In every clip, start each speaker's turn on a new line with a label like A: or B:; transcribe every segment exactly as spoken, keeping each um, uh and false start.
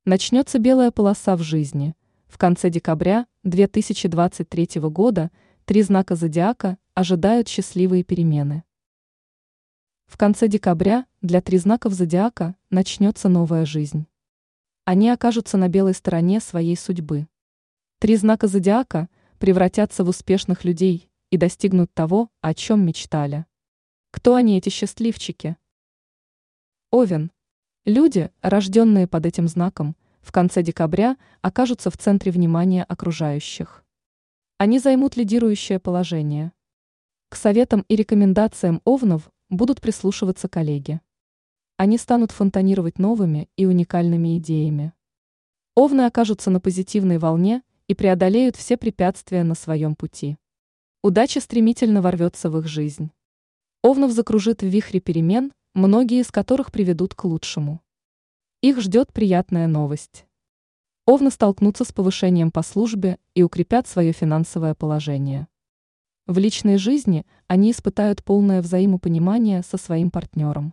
A: Начнется белая полоса в жизни. В конце декабря две тысячи двадцать третьего года три знака зодиака ожидают счастливые перемены. В конце декабря для три знаков зодиака начнется новая жизнь. Они окажутся на белой стороне своей судьбы. Три знака зодиака превратятся в успешных людей и достигнут того, о чем мечтали. Кто они, эти счастливчики? Овен. Люди, рожденные под этим знаком, в конце декабря окажутся в центре внимания окружающих. Они займут лидирующее положение. К советам и рекомендациям овнов будут прислушиваться коллеги. Они станут фонтанировать новыми и уникальными идеями. Овны окажутся на позитивной волне и преодолеют все препятствия на своем пути. Удача стремительно ворвется в их жизнь. Овнов закружит в вихре перемен, многие из которых приведут к лучшему. Их ждет приятная новость. Овны столкнутся с повышением по службе и укрепят свое финансовое положение. В личной жизни они испытают полное взаимопонимание со своим партнером.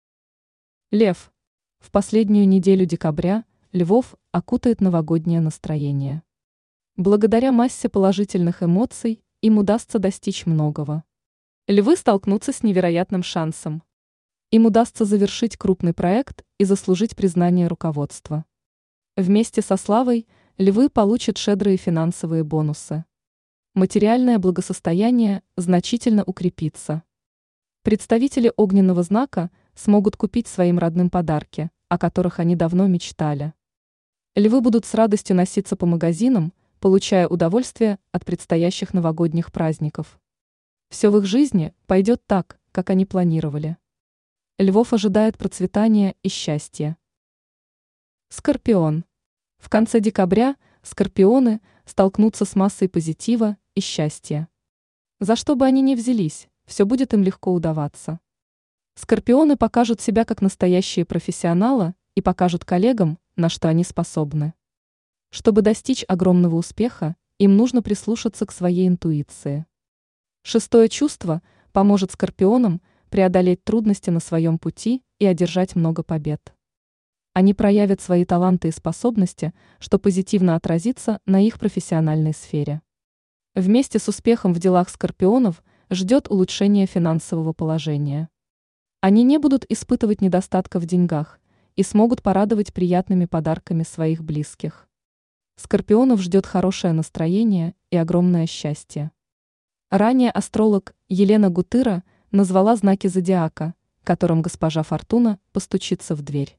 A: Лев. В последнюю неделю декабря львов окутает новогоднее настроение. Благодаря массе положительных эмоций им удастся достичь многого. Львы столкнутся с невероятным шансом. Им удастся завершить крупный проект и заслужить признание руководства. Вместе со славой львы получат щедрые финансовые бонусы. Материальное благосостояние значительно укрепится. Представители огненного знака смогут купить своим родным подарки, о которых они давно мечтали. Львы будут с радостью носиться по магазинам, получая удовольствие от предстоящих новогодних праздников. Все в их жизни пойдет так, как они планировали. Львов ожидает процветание и счастье. Скорпион. В конце декабря скорпионы столкнутся с массой позитива и счастья. За что бы они ни взялись, все будет им легко удаваться. Скорпионы покажут себя как настоящие профессионалы и покажут коллегам, на что они способны. Чтобы достичь огромного успеха, им нужно прислушаться к своей интуиции. Шестое чувство поможет скорпионам преодолеть трудности на своем пути и одержать много побед. Они проявят свои таланты и способности, что позитивно отразится на их профессиональной сфере. Вместе с успехом в делах скорпионов ждет улучшение финансового положения. Они не будут испытывать недостатка в деньгах и смогут порадовать приятными подарками своих близких. Скорпионов ждет хорошее настроение и огромное счастье. Ранее астролог Елена Гутыра назвала знаки зодиака, которым госпожа Фортуна постучится в дверь.